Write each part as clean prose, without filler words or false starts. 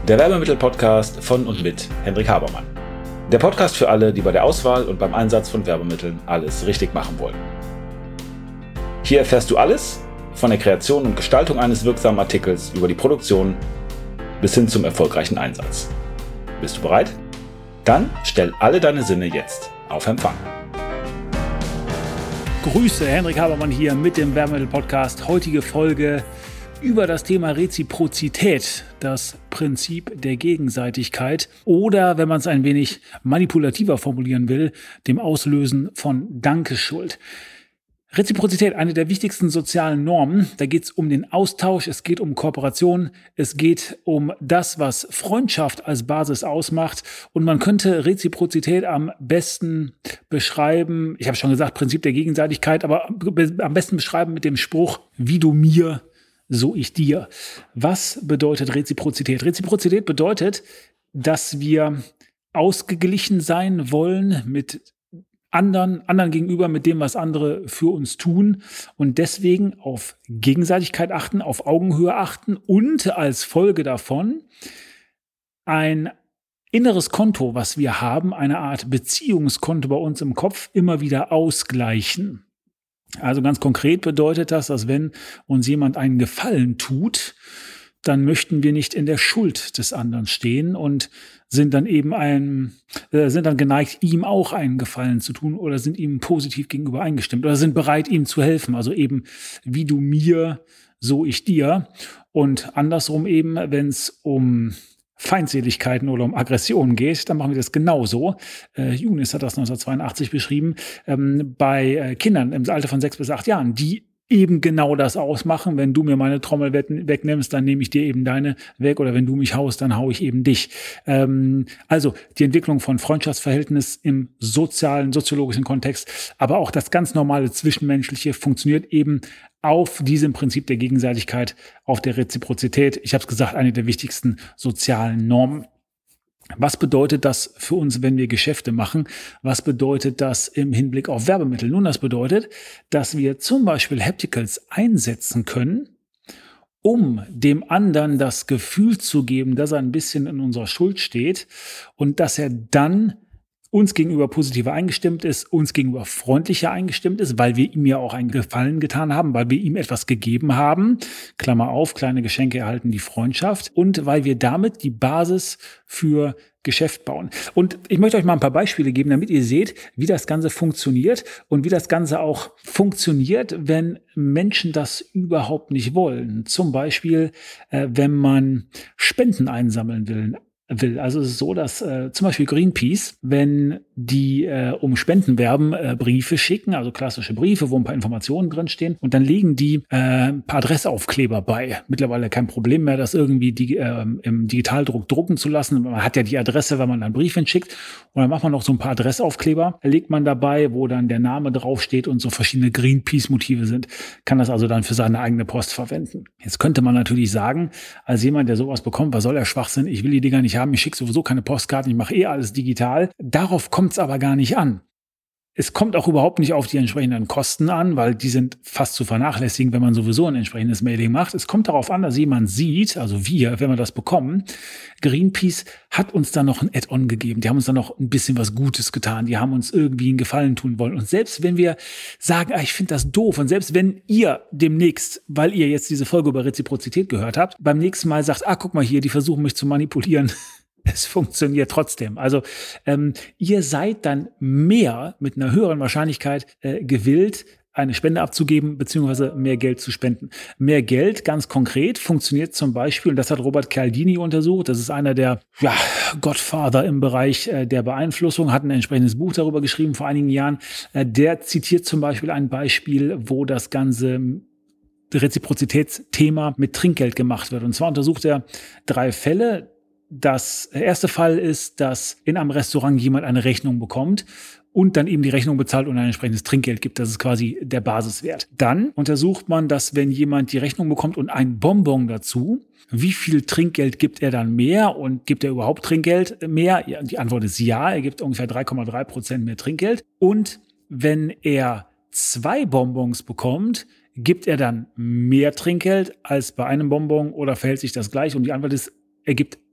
Der Werbemittel-Podcast von und mit Hendrik Habermann. Der Podcast für alle, die bei der Auswahl und beim Einsatz von Werbemitteln alles richtig machen wollen. Hier erfährst du alles von der Kreation und Gestaltung eines wirksamen Artikels über die Produktion bis hin zum erfolgreichen Einsatz. Bist du bereit? Dann stell alle deine Sinne jetzt auf Empfang. Grüße, Hendrik Habermann hier mit dem Werbemittel-Podcast. Heutige Folge über das Thema Reziprozität, das Prinzip der Gegenseitigkeit oder, wenn man es ein wenig manipulativer formulieren will, dem Auslösen von Dankeschuld. Reziprozität, eine der wichtigsten sozialen Normen. Da geht es um den Austausch, es geht um Kooperation, es geht um das, was Freundschaft als Basis ausmacht. Und man könnte Reziprozität am besten beschreiben, ich habe schon gesagt, Prinzip der Gegenseitigkeit, aber am besten beschreiben mit dem Spruch, wie du mir, so ich dir. Was bedeutet Reziprozität? Reziprozität bedeutet, dass wir ausgeglichen sein wollen mit anderen gegenüber, mit dem, was andere für uns tun und deswegen auf Gegenseitigkeit achten, auf Augenhöhe achten und als Folge davon ein inneres Konto, was wir haben, eine Art Beziehungskonto bei uns im Kopf, immer wieder ausgleichen. Also ganz konkret bedeutet das, dass wenn uns jemand einen Gefallen tut, dann möchten wir nicht in der Schuld des anderen stehen und sind dann geneigt, ihm auch einen Gefallen zu tun oder sind ihm positiv gegenüber eingestimmt oder sind bereit, ihm zu helfen. Also eben, wie du mir, so ich dir. Und andersrum eben, wenn es um Feindseligkeiten oder um Aggressionen geht, dann machen wir das genauso. Younes hat das 1982 beschrieben, bei Kindern im Alter von 6 bis 8 Jahren, die eben genau das ausmachen. Wenn du mir meine Trommel wegnimmst, dann nehme ich dir eben deine weg. Oder wenn du mich haust, dann haue ich eben dich. Also die Entwicklung von Freundschaftsverhältnis im soziologischen Kontext, aber auch das ganz normale Zwischenmenschliche funktioniert eben auf diesem Prinzip der Gegenseitigkeit, auf der Reziprozität. Ich habe es gesagt, eine der wichtigsten sozialen Normen. Was bedeutet das für uns, wenn wir Geschäfte machen? Was bedeutet das im Hinblick auf Werbemittel? Nun, das bedeutet, dass wir zum Beispiel Hapticals einsetzen können, um dem anderen das Gefühl zu geben, dass er ein bisschen in unserer Schuld steht und dass er dann uns gegenüber positiver eingestimmt ist, uns gegenüber freundlicher eingestimmt ist, weil wir ihm ja auch einen Gefallen getan haben, weil wir ihm etwas gegeben haben, Klammer auf, kleine Geschenke erhalten die Freundschaft, und weil wir damit die Basis für Geschäft bauen. Und ich möchte euch mal ein paar Beispiele geben, damit ihr seht, wie das Ganze funktioniert und wie das Ganze auch funktioniert, wenn Menschen das überhaupt nicht wollen. Zum Beispiel, wenn man Spenden einsammeln will. Also es ist so, dass zum Beispiel Greenpeace, wenn die um Spenden werben, Briefe schicken, also klassische Briefe, wo ein paar Informationen drinstehen, und dann legen die ein paar Adressaufkleber bei. Mittlerweile kein Problem mehr, das irgendwie im Digitaldruck drucken zu lassen. Man hat ja die Adresse, wenn man einen Brief hinschickt, und dann macht man noch so ein paar Adressaufkleber, legt man dabei, wo dann der Name draufsteht und so verschiedene Greenpeace-Motive sind, kann das also dann für seine eigene Post verwenden. Jetzt könnte man natürlich sagen, als jemand, der sowas bekommt, was soll der Schwachsinn, ich will die Dinger nicht haben, ich schicke sowieso keine Postkarten, ich mache alles digital. Darauf kommt es aber gar nicht an. Es kommt auch überhaupt nicht auf die entsprechenden Kosten an, weil die sind fast zu vernachlässigen, wenn man sowieso ein entsprechendes Mailing macht. Es kommt darauf an, dass jemand sieht, also wir, wenn wir das bekommen, Greenpeace hat uns da noch ein Add-on gegeben. Die haben uns da noch ein bisschen was Gutes getan. Die haben uns irgendwie einen Gefallen tun wollen. Und selbst wenn wir sagen, ich finde das doof, und selbst wenn ihr demnächst, weil ihr jetzt diese Folge über Reziprozität gehört habt, beim nächsten Mal sagt, guck mal hier, die versuchen mich zu manipulieren, es funktioniert trotzdem. Also ihr seid dann mit einer höheren Wahrscheinlichkeit gewillt, eine Spende abzugeben, beziehungsweise mehr Geld zu spenden. Mehr Geld, ganz konkret, funktioniert zum Beispiel, und das hat Robert Cialdini untersucht, das ist einer der Godfather im Bereich der Beeinflussung, hat ein entsprechendes Buch darüber geschrieben vor einigen Jahren. Der zitiert zum Beispiel ein Beispiel, wo das ganze Reziprozitätsthema mit Trinkgeld gemacht wird. Und zwar untersucht er 3 Fälle. Das erste Fall ist, dass in einem Restaurant jemand eine Rechnung bekommt und dann eben die Rechnung bezahlt und ein entsprechendes Trinkgeld gibt. Das ist quasi der Basiswert. Dann untersucht man, dass wenn jemand die Rechnung bekommt und ein Bonbon dazu, wie viel Trinkgeld gibt er dann mehr und gibt er überhaupt Trinkgeld mehr? Ja, die Antwort ist ja, er gibt ungefähr 3,3% mehr Trinkgeld. Und wenn er 2 Bonbons bekommt, gibt er dann mehr Trinkgeld als bei einem Bonbon oder verhält sich das gleich? Und die Antwort ist, er gibt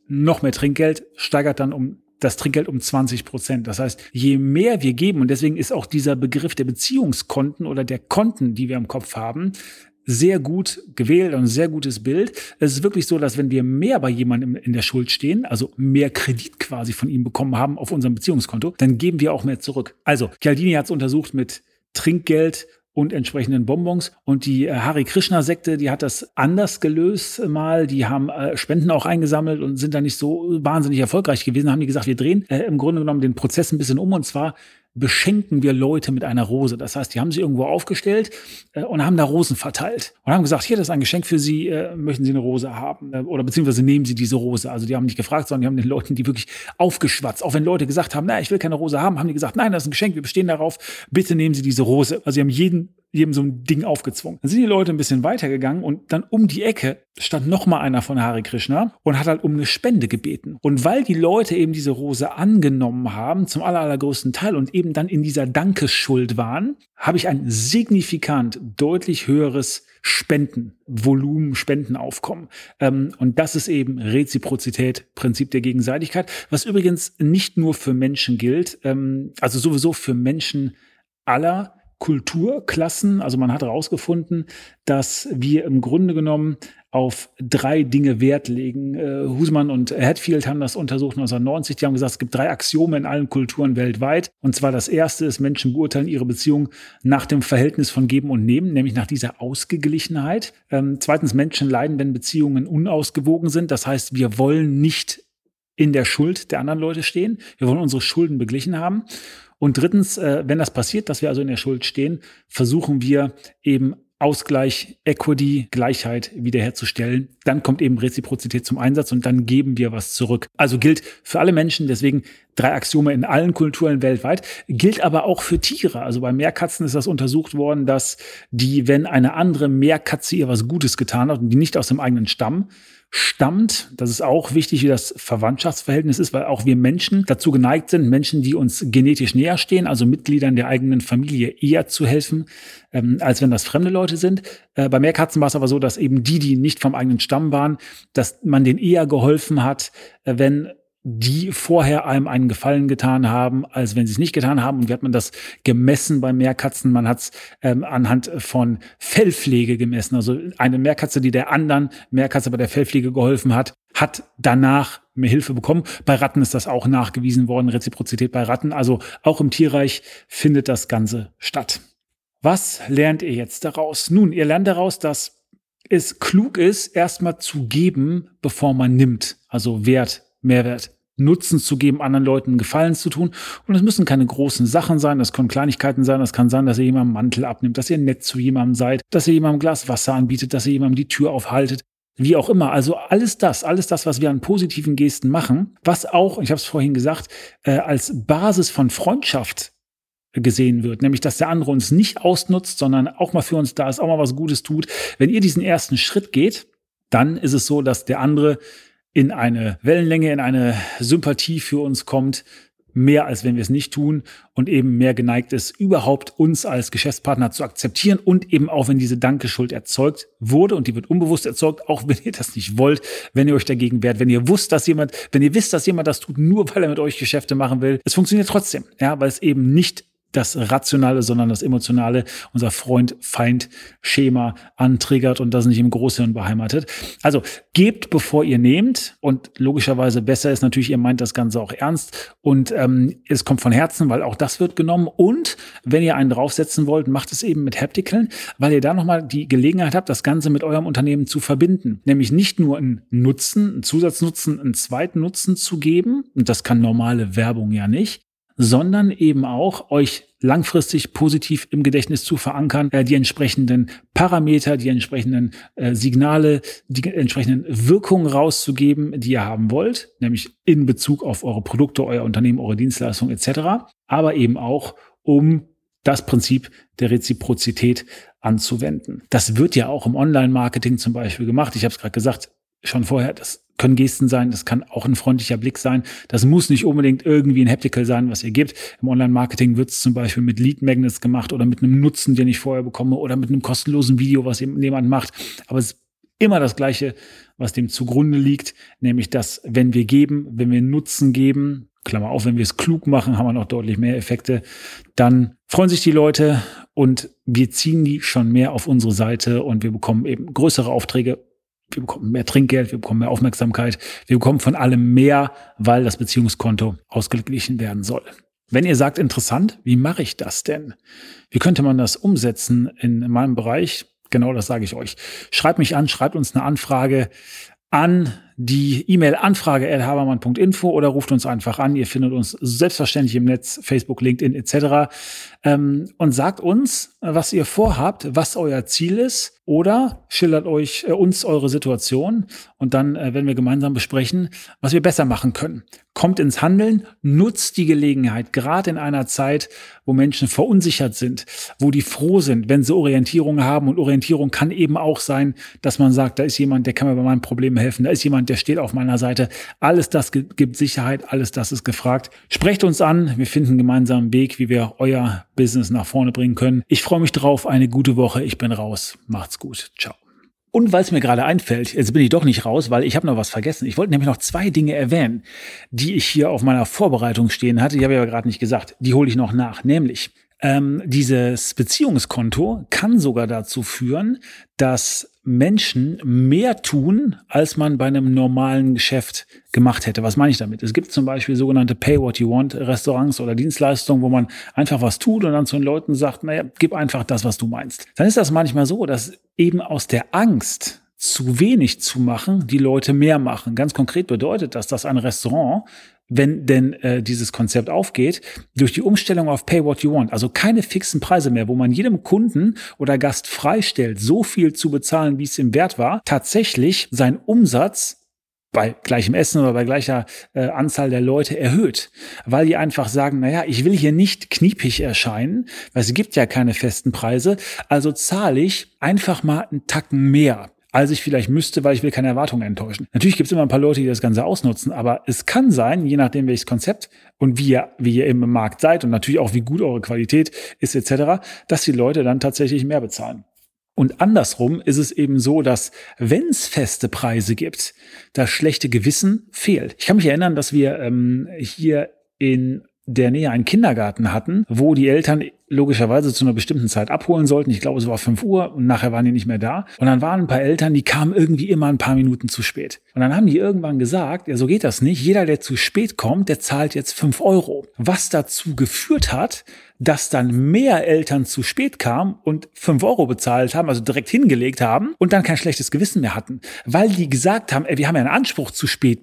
noch mehr Trinkgeld, steigert dann das Trinkgeld um 20%. Das heißt, je mehr wir geben, und deswegen ist auch dieser Begriff der Beziehungskonten oder der Konten, die wir im Kopf haben, sehr gut gewählt und ein sehr gutes Bild. Es ist wirklich so, dass wenn wir mehr bei jemandem in der Schuld stehen, also mehr Kredit quasi von ihm bekommen haben auf unserem Beziehungskonto, dann geben wir auch mehr zurück. Also Cialdini hat es untersucht mit Trinkgeld und entsprechenden Bonbons. Und die Hare Krishna-Sekte, die hat das anders gelöst mal. Die haben Spenden auch eingesammelt und sind da nicht so wahnsinnig erfolgreich gewesen. Da haben die gesagt, wir drehen im Grunde genommen den Prozess ein bisschen um. Und zwar beschenken wir Leute mit einer Rose. Das heißt, die haben sich irgendwo aufgestellt und haben da Rosen verteilt. Und haben gesagt, hier, das ist ein Geschenk für Sie, möchten Sie eine Rose haben? Oder beziehungsweise nehmen Sie diese Rose. Also die haben nicht gefragt, sondern die haben den Leuten die wirklich aufgeschwatzt. Auch wenn Leute gesagt haben, na, ich will keine Rose haben, haben die gesagt, nein, das ist ein Geschenk, wir bestehen darauf, bitte nehmen Sie diese Rose. Also sie haben jedem so ein Ding aufgezwungen. Dann sind die Leute ein bisschen weitergegangen und dann um die Ecke stand noch mal einer von Hare Krishna und hat halt um eine Spende gebeten. Und weil die Leute eben diese Rose angenommen haben, zum allergrößten Teil und eben dann in dieser Dankesschuld waren, habe ich ein signifikant deutlich höheres Spendenvolumen, Spendenaufkommen. Und das ist eben Reziprozität, Prinzip der Gegenseitigkeit, was übrigens nicht nur für Menschen gilt, also sowieso für Menschen aller Kulturklassen. Also man hat herausgefunden, dass wir im Grunde genommen auf 3 Dinge Wert legen. Husman und Hatfield haben das untersucht 1990. Die haben gesagt, es gibt 3 Axiome in allen Kulturen weltweit. Und zwar das erste ist, Menschen beurteilen ihre Beziehung nach dem Verhältnis von Geben und Nehmen, nämlich nach dieser Ausgeglichenheit. Zweitens, Menschen leiden, wenn Beziehungen unausgewogen sind. Das heißt, wir wollen nicht in der Schuld der anderen Leute stehen. Wir wollen unsere Schulden beglichen haben. Und drittens, wenn das passiert, dass wir also in der Schuld stehen, versuchen wir eben Ausgleich, Equity, Gleichheit wiederherzustellen. Dann kommt eben Reziprozität zum Einsatz und dann geben wir was zurück. Also gilt für alle Menschen, deswegen 3 Axiome in allen Kulturen weltweit, gilt aber auch für Tiere. Also bei Meerkatzen ist das untersucht worden, dass die, wenn eine andere Meerkatze ihr was Gutes getan hat und die nicht aus dem eigenen Stamm stammt, das ist auch wichtig, wie das Verwandtschaftsverhältnis ist, weil auch wir Menschen dazu geneigt sind, Menschen, die uns genetisch näher stehen, also Mitgliedern der eigenen Familie eher zu helfen, als wenn das fremde Leute sind. Bei Meerkatzen war es aber so, dass eben die nicht vom eigenen Stamm waren, dass man denen eher geholfen hat, wenn die vorher einem einen Gefallen getan haben, als wenn sie es nicht getan haben. Und wie hat man das gemessen bei Meerkatzen? Man hat es anhand von Fellpflege gemessen. Also eine Meerkatze, die der anderen Meerkatze bei der Fellpflege geholfen hat, hat danach mehr Hilfe bekommen. Bei Ratten ist das auch nachgewiesen worden, Reziprozität bei Ratten. Also auch im Tierreich findet das Ganze statt. Was lernt ihr jetzt daraus? Nun, ihr lernt daraus, dass es klug ist, erstmal zu geben, bevor man nimmt. Also Wert, Mehrwert, Nutzen zu geben, anderen Leuten Gefallen zu tun. Und es müssen keine großen Sachen sein, das können Kleinigkeiten sein, das kann sein, dass ihr jemandem Mantel abnimmt, dass ihr nett zu jemandem seid, dass ihr jemandem ein Glas Wasser anbietet, dass ihr jemandem die Tür aufhaltet, wie auch immer. Also alles das, was wir an positiven Gesten machen, was auch, ich habe es vorhin gesagt, als Basis von Freundschaft gesehen wird, nämlich dass der andere uns nicht ausnutzt, sondern auch mal für uns da ist, auch mal was Gutes tut. Wenn ihr diesen ersten Schritt geht, dann ist es so, dass der andere in eine Wellenlänge, in eine Sympathie für uns kommt, mehr als wenn wir es nicht tun und eben mehr geneigt ist, überhaupt uns als Geschäftspartner zu akzeptieren und eben auch, wenn diese Dankeschuld erzeugt wurde und die wird unbewusst erzeugt, auch wenn ihr das nicht wollt, wenn ihr euch dagegen wehrt, wenn ihr wisst, dass jemand das tut, nur weil er mit euch Geschäfte machen will. Es funktioniert trotzdem, ja, weil es eben nicht das Rationale, sondern das Emotionale, unser Freund-Feind-Schema antriggert und das nicht im Großhirn beheimatet. Also gebt, bevor ihr nehmt und logischerweise besser ist natürlich, ihr meint das Ganze auch ernst und es kommt von Herzen, weil auch das wird genommen und wenn ihr einen draufsetzen wollt, macht es eben mit Hapticaln, weil ihr da nochmal die Gelegenheit habt, das Ganze mit eurem Unternehmen zu verbinden. Nämlich nicht nur einen Nutzen, einen Zusatznutzen, einen zweiten Nutzen zu geben und das kann normale Werbung ja nicht, sondern eben auch euch langfristig positiv im Gedächtnis zu verankern, die entsprechenden Parameter, die entsprechenden Signale, die entsprechenden Wirkungen rauszugeben, die ihr haben wollt, nämlich in Bezug auf eure Produkte, euer Unternehmen, eure Dienstleistungen etc., aber eben auch, um das Prinzip der Reziprozität anzuwenden. Das wird ja auch im Online-Marketing zum Beispiel gemacht. Ich habe es gerade gesagt, schon vorher, das können Gesten sein, das kann auch ein freundlicher Blick sein. Das muss nicht unbedingt irgendwie ein Haptical sein, was ihr gebt. Im Online-Marketing wird es zum Beispiel mit Lead-Magnets gemacht oder mit einem Nutzen, den ich vorher bekomme oder mit einem kostenlosen Video, was jemand macht. Aber es immer das Gleiche, was dem zugrunde liegt, nämlich dass, wenn wir geben, wenn wir Nutzen geben, Klammer auf, wenn wir es klug machen, haben wir noch deutlich mehr Effekte, dann freuen sich die Leute und wir ziehen die schon mehr auf unsere Seite und wir bekommen eben größere Aufträge, wir bekommen mehr Trinkgeld, wir bekommen mehr Aufmerksamkeit, wir bekommen von allem mehr, weil das Beziehungskonto ausgeglichen werden soll. Wenn ihr sagt, interessant, wie mache ich das denn? Wie könnte man das umsetzen in meinem Bereich? Genau das sage ich euch. Schreibt mich an, schreibt uns eine Anfrage an die E-Mail anfrage@habermann.info oder ruft uns einfach an. Ihr findet uns selbstverständlich im Netz, Facebook, LinkedIn etc. Und sagt uns, was ihr vorhabt, was euer Ziel ist oder schildert uns eure Situation und dann werden wir gemeinsam besprechen, was wir besser machen können. Kommt ins Handeln, nutzt die Gelegenheit, gerade in einer Zeit, wo Menschen verunsichert sind, wo die froh sind, wenn sie Orientierung haben. Und Orientierung kann eben auch sein, dass man sagt, da ist jemand, der kann mir bei meinen Problemen helfen, da ist jemand, der steht auf meiner Seite. Alles das gibt Sicherheit, alles das ist gefragt. Sprecht uns an, wir finden gemeinsam einen Weg, wie wir euer Business nach vorne bringen können. Ich freue mich drauf, eine gute Woche, ich bin raus. Macht's gut, ciao. Und weil es mir gerade einfällt, jetzt bin ich doch nicht raus, weil ich habe noch was vergessen. Ich wollte nämlich noch 2 Dinge erwähnen, die ich hier auf meiner Vorbereitung stehen hatte. Die habe ich aber gerade nicht gesagt. Die hole ich noch nach. Nämlich, dieses Beziehungskonto kann sogar dazu führen, dass Menschen mehr tun, als man bei einem normalen Geschäft gemacht hätte. Was meine ich damit? Es gibt zum Beispiel sogenannte Pay What You Want Restaurants oder Dienstleistungen, wo man einfach was tut und dann zu den Leuten sagt, naja, gib einfach das, was du meinst. Dann ist das manchmal so, dass eben aus der Angst, zu wenig zu machen, die Leute mehr machen. Ganz konkret bedeutet das, dass ein Restaurant, wenn denn dieses Konzept aufgeht, durch die Umstellung auf Pay What You Want, also keine fixen Preise mehr, wo man jedem Kunden oder Gast freistellt, so viel zu bezahlen, wie es ihm wert war, tatsächlich seinen Umsatz bei gleichem Essen oder bei gleicher Anzahl der Leute erhöht. Weil die einfach sagen, naja, ich will hier nicht kniepig erscheinen, weil es gibt ja keine festen Preise, also zahle ich einfach mal einen Tacken mehr, als ich vielleicht müsste, weil ich will keine Erwartungen enttäuschen. Natürlich gibt es immer ein paar Leute, die das Ganze ausnutzen, aber es kann sein, je nachdem welches Konzept und wie ihr im Markt seid und natürlich auch wie gut eure Qualität ist etc., dass die Leute dann tatsächlich mehr bezahlen. Und andersrum ist es eben so, dass wenn es feste Preise gibt, das schlechte Gewissen fehlt. Ich kann mich erinnern, dass wir hier in der Nähe einen Kindergarten hatten, wo die Eltern logischerweise zu einer bestimmten Zeit abholen sollten. Ich glaube, es war 5 Uhr und nachher waren die nicht mehr da. Und dann waren ein paar Eltern, die kamen irgendwie immer ein paar Minuten zu spät. Und dann haben die irgendwann gesagt, ja, so geht das nicht. Jeder, der zu spät kommt, der zahlt jetzt 5 Euro. Was dazu geführt hat, dass dann mehr Eltern zu spät kamen und 5 Euro bezahlt haben, also direkt hingelegt haben und dann kein schlechtes Gewissen mehr hatten. Weil die gesagt haben, wir haben ja einen Anspruch, zu spät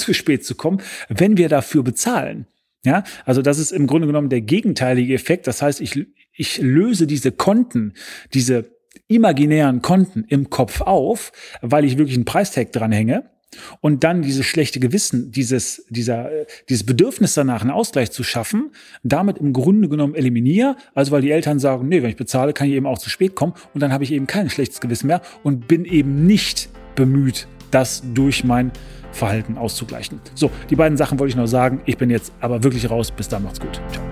zu kommen, wenn wir dafür bezahlen. Ja, also das ist im Grunde genommen der gegenteilige Effekt. Das heißt, ich löse diese Konten, diese imaginären Konten im Kopf auf, weil ich wirklich einen Preistag dranhänge und dann dieses schlechte Gewissen, dieses Bedürfnis danach, einen Ausgleich zu schaffen, damit im Grunde genommen eliminiere. Also weil die Eltern sagen, nee, wenn ich bezahle, kann ich eben auch zu spät kommen und dann habe ich eben kein schlechtes Gewissen mehr und bin eben nicht bemüht, das durch mein Verhalten auszugleichen. So, die beiden Sachen wollte ich noch sagen. Ich bin jetzt aber wirklich raus. Bis dann, macht's gut. Ciao.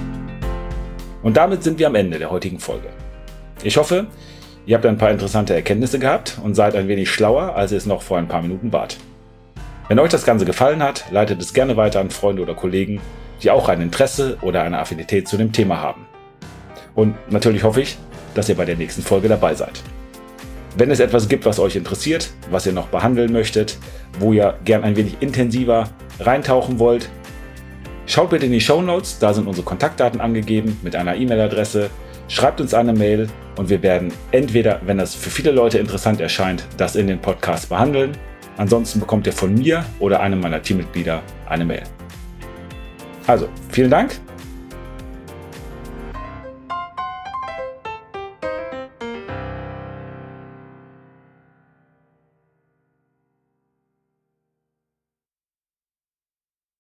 Und damit sind wir am Ende der heutigen Folge. Ich hoffe, ihr habt ein paar interessante Erkenntnisse gehabt und seid ein wenig schlauer, als ihr es noch vor ein paar Minuten wart. Wenn euch das Ganze gefallen hat, leitet es gerne weiter an Freunde oder Kollegen, die auch ein Interesse oder eine Affinität zu dem Thema haben. Und natürlich hoffe ich, dass ihr bei der nächsten Folge dabei seid. Wenn es etwas gibt, was euch interessiert, was ihr noch behandeln möchtet, wo ihr gern ein wenig intensiver reintauchen wollt, schaut bitte in die Shownotes, da sind unsere Kontaktdaten angegeben mit einer E-Mail-Adresse. Schreibt uns eine Mail und wir werden entweder, wenn das für viele Leute interessant erscheint, das in den Podcast behandeln. Ansonsten bekommt ihr von mir oder einem meiner Teammitglieder eine Mail. Also, vielen Dank